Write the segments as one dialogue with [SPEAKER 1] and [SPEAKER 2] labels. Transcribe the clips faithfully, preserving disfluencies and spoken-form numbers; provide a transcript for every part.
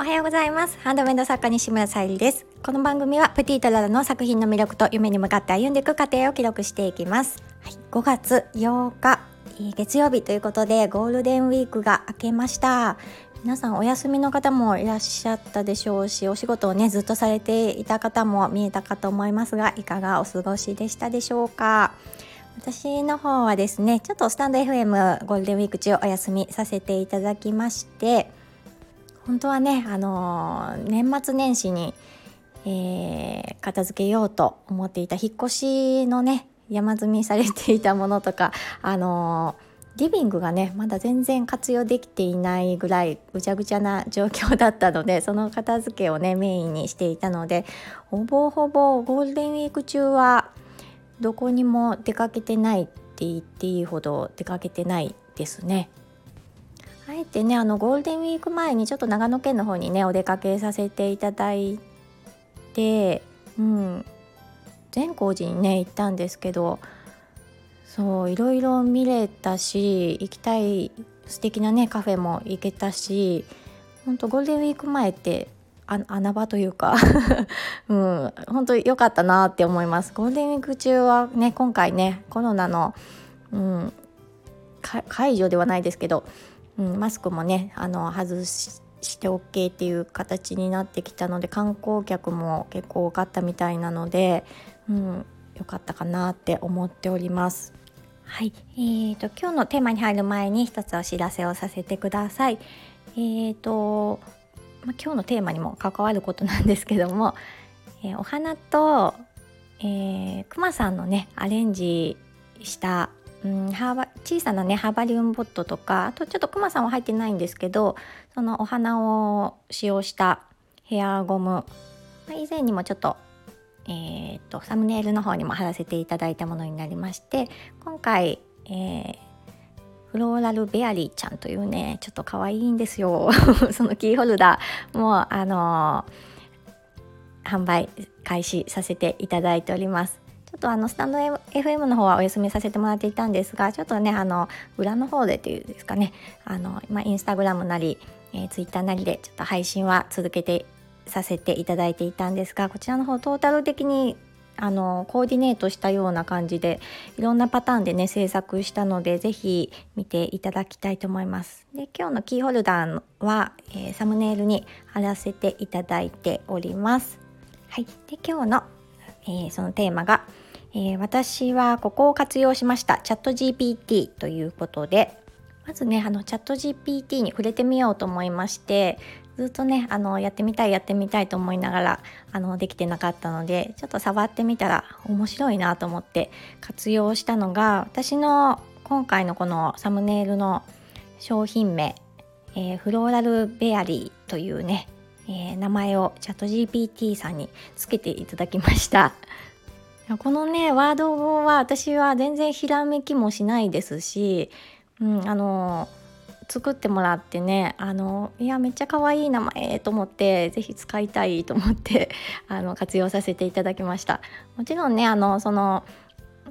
[SPEAKER 1] はようございます。ハンドメイド作家西村さゆりです。この番組はプティとララの作品の魅力と夢に向かって歩んでいく過程を記録していきます。はい、ごがつようか月曜日ということでゴールデンウィークが明けました。皆さんお休みの方もいらっしゃったでしょうし、お仕事をねずっとされていた方も見えたかと思いますが、いかがお過ごしでしたでしょうか。私の方はですね、ちょっとスタンド エフエム ゴールデンウィーク中お休みさせていただきまして、本当はね、あのー、年末年始に、えー、片付けようと思っていた引っ越しのね山積みされていたものとか、あのー、リビングがねまだ全然活用できていないぐらいぐちゃぐちゃな状況だったので、その片付けをねメインにしていたので、ほぼほぼゴールデンウィーク中はどこにも出かけてないって言っていいほど出かけてないですね。あえてね、あのゴールデンウィーク前にちょっと長野県の方にねお出かけさせていただいて、うん、善光寺にね行ったんですけど、そういろいろ見れたし、行きたい素敵なねカフェも行けたし、本当ゴールデンウィーク前ってあ穴場というか、うん、本当良かったなって思います。ゴールデンウィーク中はね、今回ねコロナの、うん、解除ではないですけど、うん、マスクもねあの外しして OK っていう形になってきたので、観光客も結構多かったみたいなので、うん、よかったかなって思っております。はい、えーと今日のテーマに入る前に一つお知らせをさせてください。えーと、ま、今日のテーマにも関わることなんですけども、えー、お花と、えー、くまさんのねアレンジしたうん、ハーバ小さなねハーバリウムポットとか、あとちょっとクマさんは入ってないんですけど、そのお花を使用したヘアゴム、以前にもちょっと,、えー、とサムネイルの方にも貼らせていただいたものになりまして、今回、えー、フローラルベアリーちゃんというねちょっと可愛いんですよそのキーホルダーもあのー、販売開始させていただいております。ちょっとあのスタンド エフエム の方はお休みさせてもらっていたんですが、ちょっとねあの裏の方でっていうんですかね、あの、まあ、インスタグラムなり、えー、ツイッターなりでちょっと配信は続けてさせていただいていたんですが、こちらの方トータル的にあのコーディネートしたような感じでいろんなパターンでね制作したので、ぜひ見ていただきたいと思います。で、今日のキーホルダーは、えー、サムネイルに貼らせていただいております。はい、で今日のえー、そのテーマが、えー、私はここを活用しましたチャット ジーピーティー ということで、まずねあのチャット ジーピーティー に触れてみようと思いまして、ずっとねあのやってみたいやってみたいと思いながらあのできてなかったので、ちょっと触ってみたら面白いなと思って活用したのが、私の今回のこのサムネイルの商品名、えー、フローラルベアリーというねえー、名前をチャット ジーピーティー さんにつけていただきました。このねワードは私は全然ひらめきもしないですし、うん、あの作ってもらってね、あのいやめっちゃ可愛い名前と思って、ぜひ使いたいと思ってあの活用させていただきました。もちろんねあのそのうん、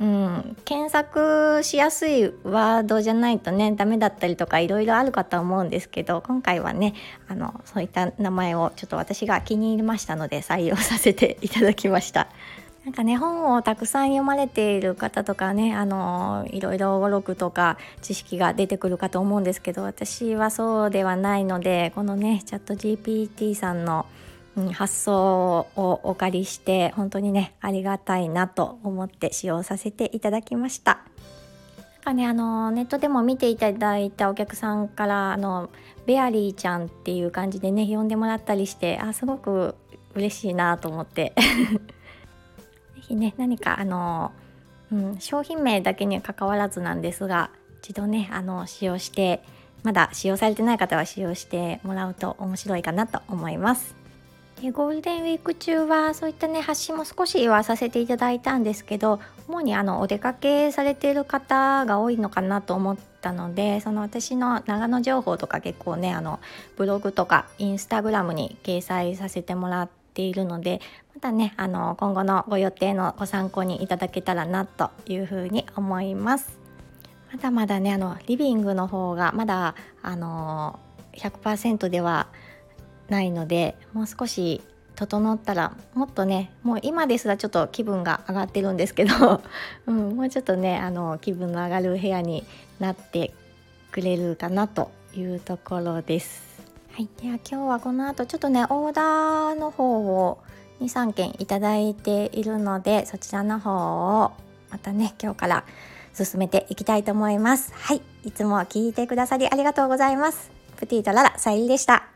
[SPEAKER 1] 検索しやすいワードじゃないとねダメだったりとかいろいろあるかと思うんですけど、今回はねあのそういった名前をちょっと私が気に入りましたので採用させていただきました。なんかね本をたくさん読まれている方とかね、あのいろいろ語録とか知識が出てくるかと思うんですけど、私はそうではないので、このねチャット ジーピーティー さんの発想をお借りして本当にねありがたいなと思って使用させていただきました。なんかねあのネットでも見ていただいたお客さんからあのベアリーちゃんっていう感じでね呼んでもらったりして、あすごく嬉しいなと思ってぜひね何かあの、うん、商品名だけには関わらずなんですが、一度ねあの使用して、まだ使用されてない方は使用してもらうと面白いかなと思います。でゴールデンウィーク中はそういったね発信も少しはさせていただいたんですけど、主にあのお出かけされている方が多いのかなと思ったので、その私の長野情報とか結構ねあのブログとかインスタグラムに掲載させてもらっているので、またねあの今後のご予定のご参考にいただけたらなというふうに思います。まだまだねあのリビングの方がまだあの ひゃくパーセント ではないので、もう少し整ったらもっとね、もう今ですらちょっと気分が上がってるんですけど、うん、もうちょっとねあの気分の上がる部屋になってくれるかなというところです。はい、では今日はこの後ちょっとねオーダーの方をにさんけんいただいているので、そちらの方をまたね今日から進めていきたいと思います。はい、いつも聞いてくださりありがとうございます。プティとララさゆりでした。